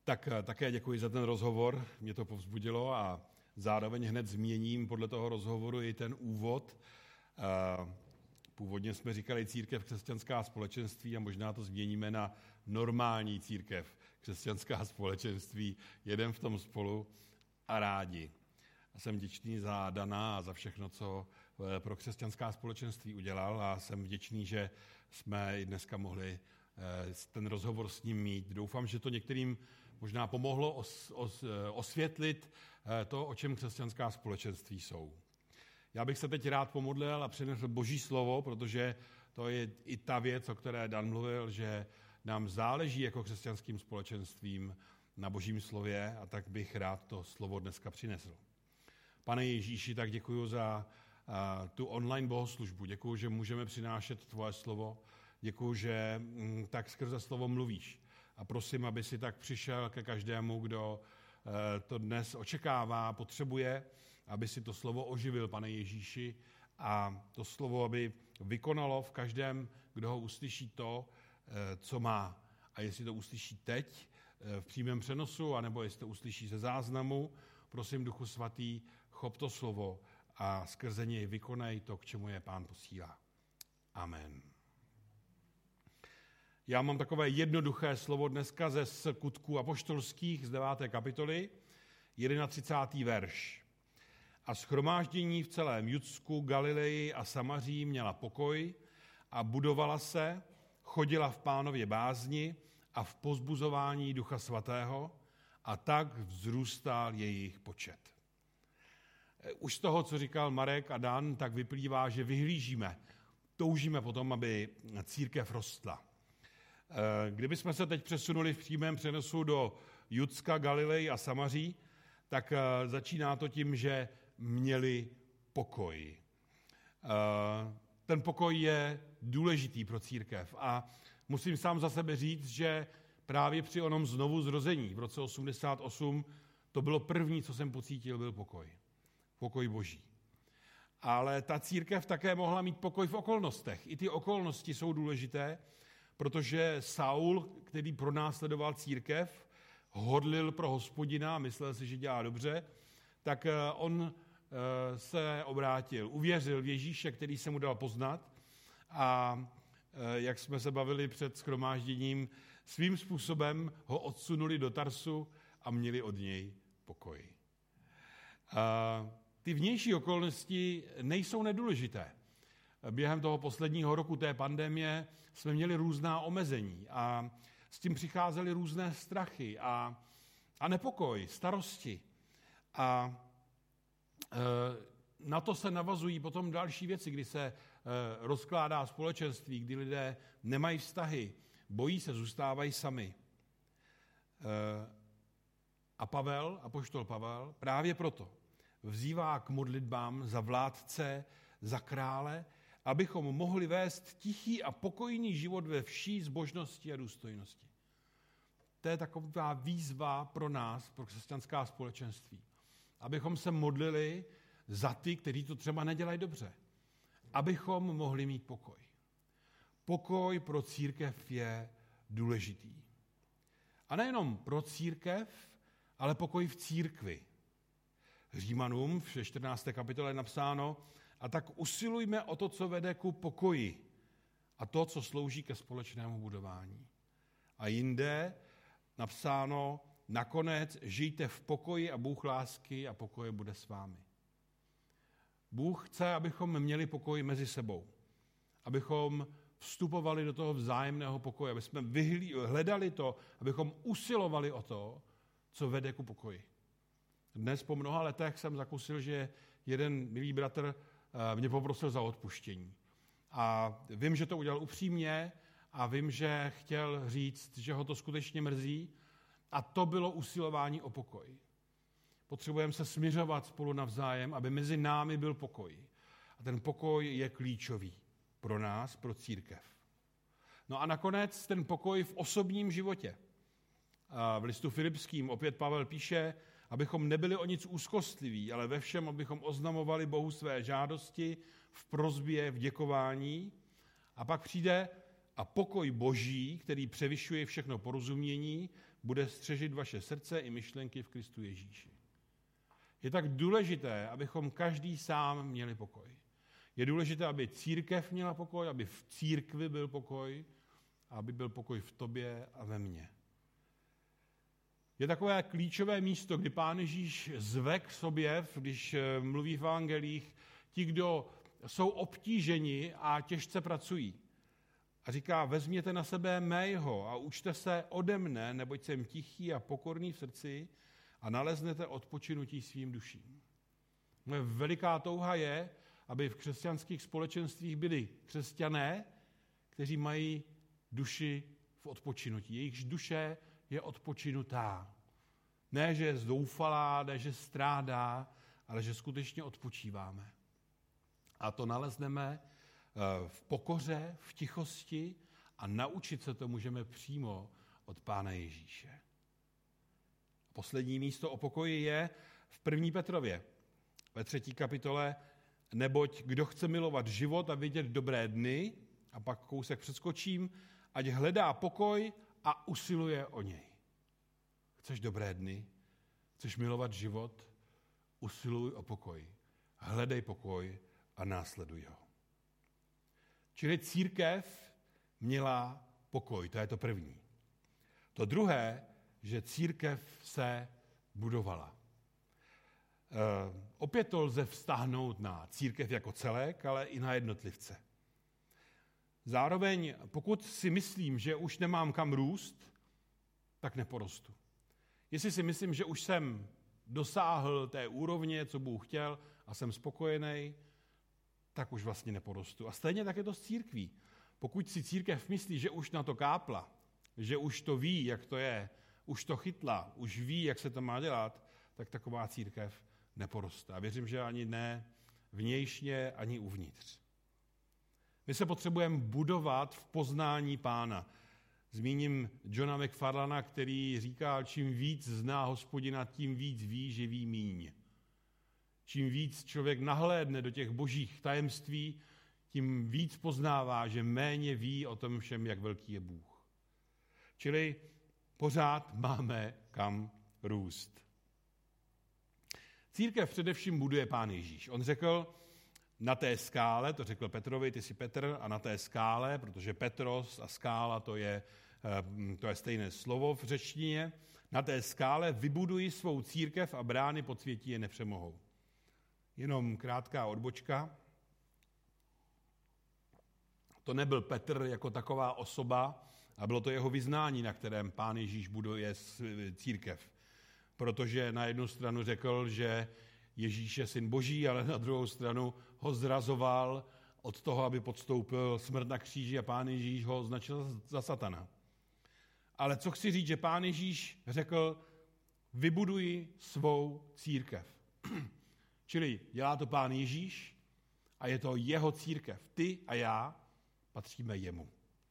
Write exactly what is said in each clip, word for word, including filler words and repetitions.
Tak také děkuji za ten rozhovor, mě to povzbudilo a zároveň hned změním podle toho rozhovoru i ten úvod. Původně jsme říkali církev křesťanská společenství a možná to změníme na normální církev křesťanská společenství, jeden v tom spolu a rádi. A jsem vděčný za Dana a za všechno, co pro křesťanská společenství udělal a jsem vděčný, že jsme i dneska mohli ten rozhovor s ním mít. Doufám, že to některým možná pomohlo os, os, osvětlit to, o čem křesťanská společenství jsou. Já bych se teď rád pomodlil a přinesl Boží slovo, protože to je i ta věc, o které Dan mluvil, že nám záleží jako křesťanským společenstvím na Božím slově a tak bych rád to slovo dneska přinesl. Pane Ježíši, tak děkuji za uh, tu online bohoslužbu. Děkuji, že můžeme přinášet tvoje slovo. Děkuji, že m, tak skrze slovo mluvíš. A prosím, aby si tak přišel ke každému, kdo uh, to dnes očekává, potřebuje, aby si to slovo oživil, Pane Ježíši, a to slovo, aby vykonalo v každém, kdo ho uslyší to, uh, co má. A jestli to uslyší teď, uh, v přímém přenosu, anebo jestli to uslyší ze záznamu, prosím, Duchu Svatý, chop to slovo a skrze něj vykonej to, k čemu je Pán posílá. Amen. Já mám takové jednoduché slovo dneska ze Skutků apoštolských z deváté kapitoly, třicátý první verš. A shromáždění v celém Judsku, Galileji a Samaří měla pokoj a budovala se, chodila v Pánově bázni a v povzbuzování Ducha Svatého, a tak vzrůstal jejich počet. Už z toho, co říkal Marek a Dan, tak vyplývá, že vyhlížíme, toužíme potom, aby církev rostla. Kdybychom se teď přesunuli v přímém přenosu do Judska, Galilei a Samaří, tak začíná to tím, že měli pokoj. Ten pokoj je důležitý pro církev a musím sám za sebe říct, že právě při onom znovu zrození v roce osmdesát osm to bylo první, co jsem pocítil, byl pokoj. Pokoj Boží. Ale ta církev také mohla mít pokoj v okolnostech. I ty okolnosti jsou důležité, protože Saul, který pronásledoval církev, hodlil pro Hospodina, myslel si, že dělá dobře, tak on se obrátil, uvěřil v Ježíše, který se mu dal poznat a jak jsme se bavili před shromážděním, svým způsobem ho odsunuli do Tarsu a měli od něj pokoj. A ty vnější okolnosti nejsou nedůležité. Během toho posledního roku té pandemie jsme měli různá omezení a s tím přicházely různé strachy a, a nepokoj, starosti. A e, na to se navazují potom další věci, kdy se e, rozkládá společenství, kdy lidé nemají vztahy, bojí se, zůstávají sami. E, a Pavel, apoštol Pavel, právě proto vzývá k modlitbám za vládce, za krále, abychom mohli vést tichý a pokojný život ve vší zbožnosti a důstojnosti. To je taková výzva pro nás, pro křesťanská společenství. Abychom se modlili za ty, kteří to třeba nedělají dobře. Abychom mohli mít pokoj. Pokoj pro církev je důležitý. A nejenom pro církev, ale pokoj v církvi. Římanům v čtrnácté kapitole je napsáno, a tak usilujme o to, co vede ku pokoji a to, co slouží ke společnému budování. A jinde napsáno, nakonec žijte v pokoji a Bůh lásky a pokoje bude s vámi. Bůh chce, abychom měli pokoj mezi sebou, abychom vstupovali do toho vzájemného pokoje, aby jsme vyhlí, hledali to, abychom usilovali o to, co vede ku pokoji. Dnes po mnoha letech jsem zakusil, že jeden milý bratr mě poprosil za odpuštění. A vím, že to udělal upřímně a vím, že chtěl říct, že ho to skutečně mrzí. A to bylo usilování o pokoj. Potřebujeme se smiřovat spolu navzájem, aby mezi námi byl pokoj. A ten pokoj je klíčový pro nás, pro církev. No a nakonec ten pokoj v osobním životě. A v listu Filipským opět Pavel píše, abychom nebyli o nic úzkostliví, ale ve všem, abychom oznamovali Bohu své žádosti v prosbě, v děkování. A pak přijde a pokoj Boží, který převyšuje všechno porozumění, bude střežit vaše srdce i myšlenky v Kristu Ježíši. Je tak důležité, abychom každý sám měli pokoj. Je důležité, aby církev měla pokoj, aby v církvi byl pokoj, a aby byl pokoj v tobě a ve mně. Je takové klíčové místo, kdy Pán Ježíš zve k sobě, když mluví v evangelích, ti, kdo jsou obtíženi a těžce pracují. A říká, vezměte na sebe mého a učte se ode mne, neboť jsem tichý a pokorný v srdci a naleznete odpočinutí svým duším. Moje veliká touha je, aby v křesťanských společenstvích byli křesťané, kteří mají duši v odpočinutí. Jejichž duše je odpočinutá. Ne, že je zoufalá, ne, že strádá, ale že skutečně odpočíváme. A to nalezneme v pokoře, v tichosti a naučit se to můžeme přímo od Pána Ježíše. Poslední místo o pokoji je v první Petrově, ve třetí kapitole, neboť kdo chce milovat život a vidět dobré dny, a pak kousek přeskočím, ať hledá pokoj a usiluje o něj. Chceš dobré dny? Chceš milovat život? Usiluj o pokoj. Hledej pokoj a následuj ho. Čili církev měla pokoj, to je to první. To druhé, že církev se budovala. E, opět to lze vztáhnout na církev jako celek, ale i na jednotlivce. Zároveň, pokud si myslím, že už nemám kam růst, tak neporostu. Jestli si myslím, že už jsem dosáhl té úrovně, co Bůh chtěl a jsem spokojený, tak už vlastně neporostu. A stejně tak je to s církví. Pokud si církev myslí, že už na to kápla, že už to ví, jak to je, už to chytla, už ví, jak se to má dělat, tak taková církev neporoste. A věřím, že ani ne vnějšně, ani uvnitř. My se potřebujeme budovat v poznání Pána. Zmíním Johna McFarlana, který říká, čím víc zná Hospodina, tím víc ví, že ví míň. Čím víc člověk nahlédne do těch božích tajemství, tím víc poznává, že méně ví o tom všem, jak velký je Bůh. Čili pořád máme kam růst. Církev především buduje Pán Ježíš. On řekl, na té skále, to řekl Petrovi, ty jsi Petr, a na té skále, protože Petros a skála to je, to je stejné slovo v řečtině, na té skále vybuduji svou církev a brány podsvětí je nepřemohou. Jenom krátká odbočka. To nebyl Petr jako taková osoba, a bylo to jeho vyznání, na kterém Pán Ježíš buduje církev. Protože na jednu stranu řekl, že Ježíš je syn Boží, ale na druhou stranu ho zrazoval od toho, aby podstoupil smrt na kříži a Pán Ježíš ho označil za satana. Ale co chci říct, že Pán Ježíš řekl, vybuduji svou církev. Čili dělá to Pán Ježíš a je to jeho církev. Ty a já patříme jemu.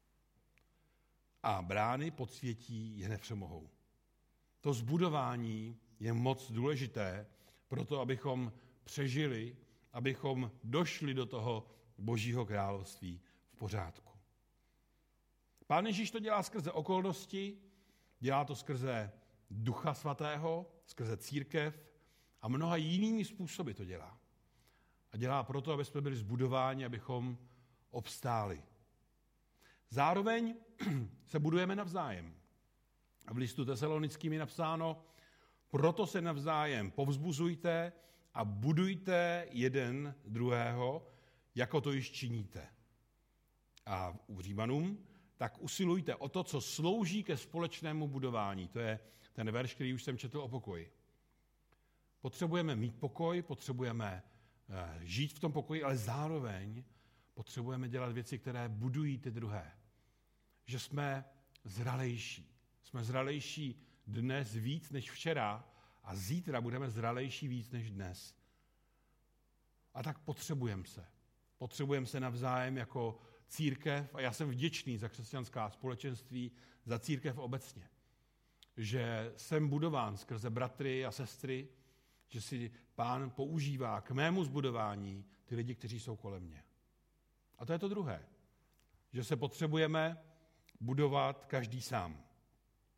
A brány podsvětí je nepřemohou. To zbudování je moc důležité pro to, abychom přežili, abychom došli do toho Božího království v pořádku. Pán Ježíš to dělá skrze okolnosti, dělá to skrze Ducha Svatého, skrze církev a mnoha jinými způsoby to dělá. A dělá proto, aby jsme byli zbudováni, abychom obstáli. Zároveň se budujeme navzájem. A v listu Tesalonickým je napsáno, proto se navzájem povzbuzujte a budujte jeden druhého, jako to již činíte. A u Římanům, tak usilujte o to, co slouží ke společnému budování. To je ten verš, který už jsem četl o pokoji. Potřebujeme mít pokoj, potřebujeme žít v tom pokoji, ale zároveň potřebujeme dělat věci, které budují ty druhé. Že jsme zralejší. Jsme zralejší dnes víc než včera a zítra budeme zralejší víc než dnes. A tak potřebujeme se. Potřebujeme se navzájem jako církev a já jsem vděčný za křesťanská společenství, za církev obecně. Že jsem budován skrze bratry a sestry, že si Pán používá k mému zbudování ty lidi, kteří jsou kolem mě. A to je to druhé. Že se potřebujeme budovat každý sám.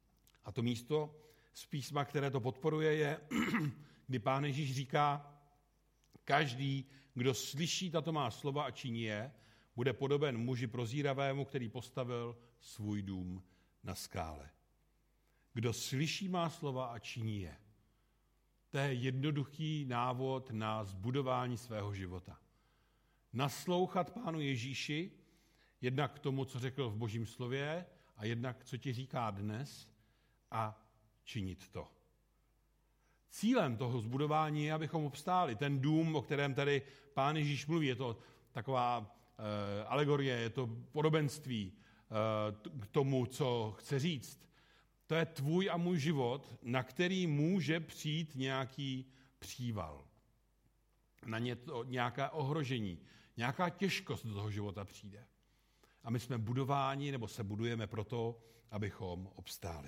A to místo z písma, které to podporuje, je, kdy Pán Ježíš říká, každý, kdo slyší tato má slova a činí je, bude podoben muži prozíravému, který postavil svůj dům na skále. Kdo slyší má slova a činí je. To je jednoduchý návod na zbudování svého života. Naslouchat Pánu Ježíši, jednak k tomu, co řekl v Božím slově, a jednak, co ti říká dnes, a činit to. Cílem toho zbudování je, abychom obstáli. Ten dům, o kterém tady Pán Ježíš mluví, je to taková e, alegorie, je to podobenství e, k tomu, co chce říct. To je tvůj a můj život, na který může přijít nějaký příval. Na ně to, nějaké ohrožení, nějaká těžkost do toho života přijde. A my jsme budováni, nebo se budujeme proto, abychom obstáli.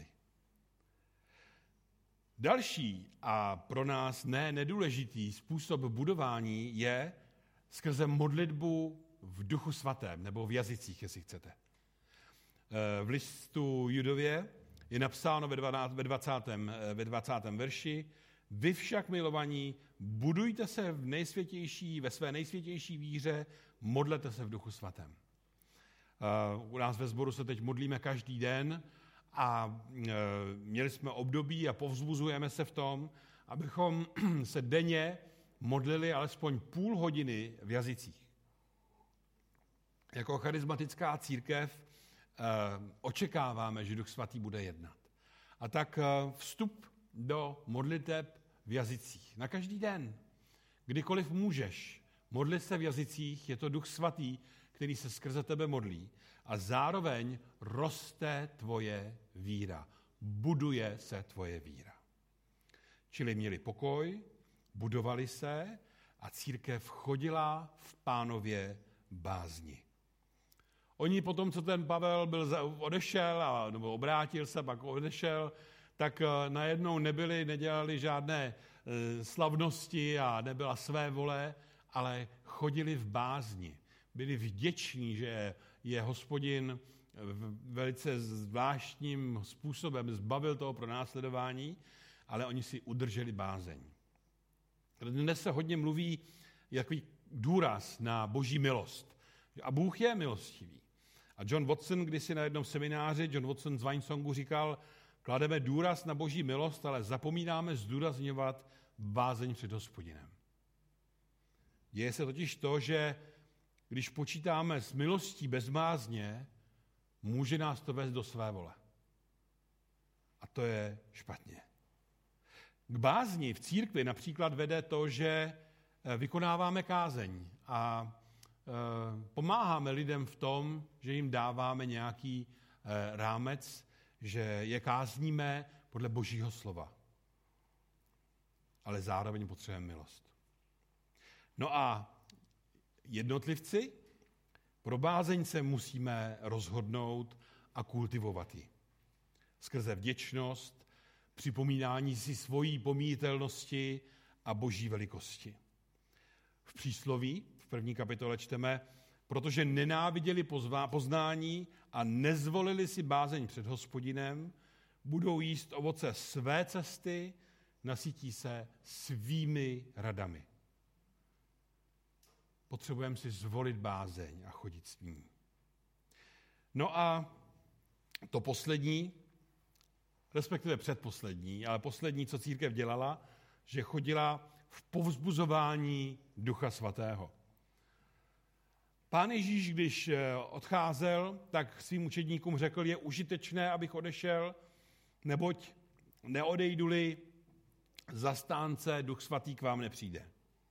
Další a pro nás ne nedůležitý způsob budování je skrze modlitbu v Duchu Svatém, nebo v jazycích, jestli chcete. V listu Judově je napsáno ve dvacátém ve dvacátém verši: Vy však, milovaní, budujte se v nejsvětější, ve své nejsvětější víře, modlete se v Duchu Svatém. U nás ve sboru se teď modlíme každý den a měli jsme období a povzbuzujeme se v tom, abychom se denně modlili alespoň půl hodiny v jazycích. Jako charismatická církev očekáváme, že Duch Svatý bude jednat. A tak vstup do modliteb v jazycích. Na každý den, kdykoliv můžeš, modlit se v jazycích, je to Duch Svatý, který se skrze tebe modlí a zároveň roste tvoje víra. Buduje se tvoje víra. Čili měli pokoj, budovali se a církev chodila v Pánově bázni. Oni potom, co ten Pavel byl odešel, a, nebo obrátil se, pak odešel, tak najednou nebyli, nedělali žádné e, slavnosti a nebyla své vole, ale chodili v bázni. Byli vděční, že je Hospodin velice zvláštním způsobem zbavil toho pronásledování, ale oni si udrželi bázeň. Dnes se hodně mluví jaký důraz na Boží milost. A Bůh je milostivý. A John Watson, když si na jednom semináři, John Watson z Vinesongu říkal, klademe důraz na Boží milost, ale zapomínáme zdůrazňovat bázeň před Hospodinem. Děje se totiž to, že když počítáme s milostí bez bázně, může nás to vést do své vole. A to je špatně. K bázni v církvi například vede to, že vykonáváme kázeň a pomáháme lidem v tom, že jim dáváme nějaký rámec, že je kázníme podle Božího slova. Ale zároveň potřebujeme milost. No a jednotlivci, pro bázeň se musíme rozhodnout a kultivovat ji. Skrze vděčnost, připomínání si svojí pomíjitelnosti a Boží velikosti. V přísloví v první kapitole čteme, protože nenáviděli poznání a nezvolili si bázeň před Hospodinem, budou jíst ovoce své cesty, nasytí se svými radami. Potřebujeme si zvolit bázeň a chodit s ní. No a to poslední, respektive předposlední, ale poslední, co církev dělala, že chodila v povzbuzování Ducha Svatého. Pán Ježíš, když odcházel, tak svým učedníkům řekl, je užitečné, abych odešel, neboť neodejdu-li zastánce, Duch Svatý k vám nepřijde.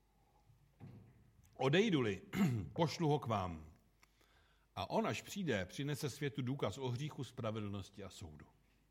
Odejdu-li, pošlu ho k vám. A on, až přijde, přinese světu důkaz o hříchu, spravedlnosti a soudu.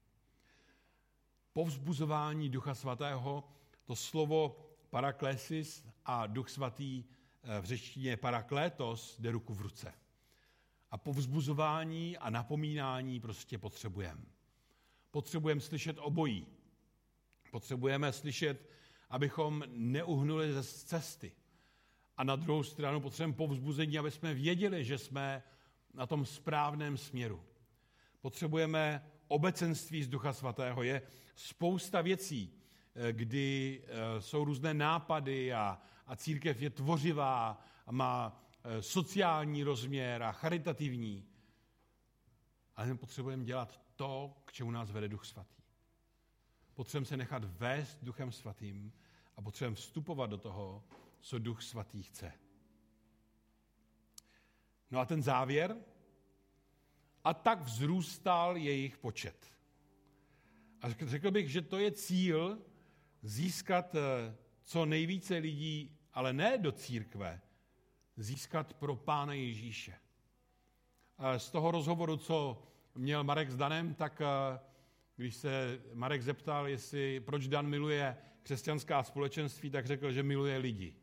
Povzbuzování Ducha Svatého, to slovo paraklesis a Duch Svatý v řečtině paraklétos jde ruku v ruce. A povzbuzování a napomínání prostě potřebujeme. Potřebujeme slyšet obojí. Potřebujeme slyšet, abychom neuhnuli ze cesty. A na druhou stranu potřebujeme povzbuzení, aby jsme věděli, že jsme na tom správném směru. Potřebujeme obecenství z Ducha Svatého. Je spousta věcí, kdy jsou různé nápady a, a církev je tvořivá a má sociální rozměr a charitativní. Ale my potřebujeme dělat to, k čemu nás vede Duch Svatý. Potřebujeme se nechat vést Duchem Svatým a potřebujeme vstupovat do toho, co Duch Svatý chce. No a ten závěr? A tak vzrůstal jejich počet. A řekl bych, že to je cíl získat co nejvíce lidí, ale ne do církve, získat pro Pána Ježíše. Z toho rozhovoru, co měl Marek s Danem, tak když se Marek zeptal, jestli, proč Dan miluje křesťanská společenství, tak řekl, že miluje lidi.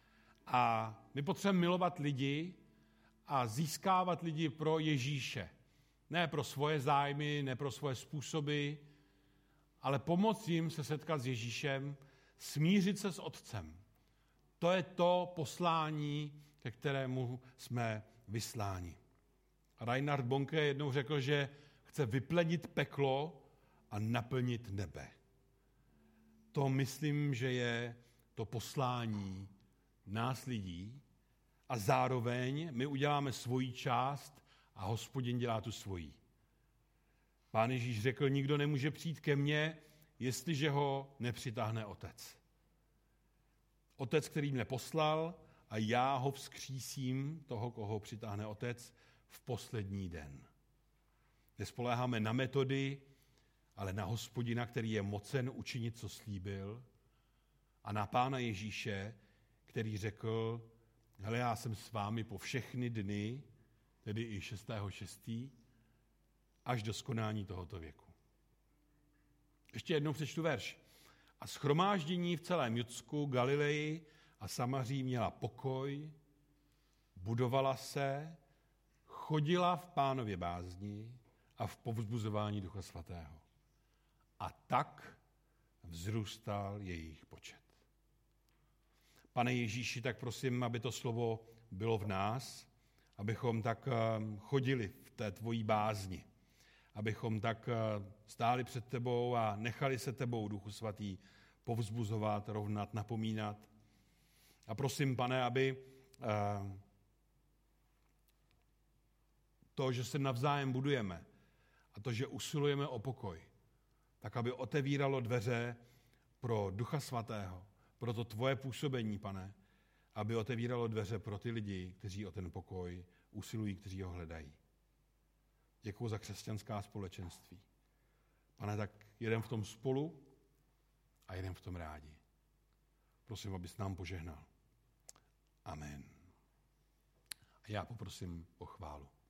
A my potřebujeme milovat lidi a získávat lidi pro Ježíše. Ne pro svoje zájmy, ne pro svoje způsoby, ale pomoct jim se setkat s Ježíšem, smířit se s Otcem. To je to poslání, ke kterému jsme vysláni. Reinhard Bonke jednou řekl, že chce vyplenit peklo a naplnit nebe. To myslím, že je to poslání nás lidí a zároveň my uděláme svoji část a Hospodin dělá tu svoji. Pán Ježíš řekl, nikdo nemůže přijít ke mně, jestliže ho nepřitáhne Otec. Otec, který mě poslal, a já ho vzkřísím, toho, koho přitáhne Otec, v poslední den. Nespoléháme na metody, ale na Hospodina, který je mocen učinit, co slíbil, a na Pána Ježíše, který řekl, hele, já jsem s vámi po všechny dny, tedy i šestého šestého až do skonání tohoto věku. Ještě jednou přečtu verš. A shromáždění v celém Judsku, Galileji a Samaří měla pokoj, budovala se, chodila v Pánově bázni a v povzbuzování Ducha Svatého. A tak vzrůstal jejich počet. Pane Ježíši, tak prosím, aby to slovo bylo v nás, abychom tak chodili v té tvojí bázni, abychom tak stáli před tebou a nechali se tebou, Duchu Svatý, povzbuzovat, rovnat, napomínat. A prosím, Pane, aby to, že se navzájem budujeme a to, že usilujeme o pokoj, tak aby otevíralo dveře pro Ducha Svatého, pro to tvoje působení, Pane, aby otevíralo dveře pro ty lidi, kteří o ten pokoj usilují, kteří ho hledají. Děkuji za křesťanská společenství. Pane, tak jeden v tom spolu a jeden v tom rádi. Prosím, abys nám požehnal. Amen. A já poprosím o chválu.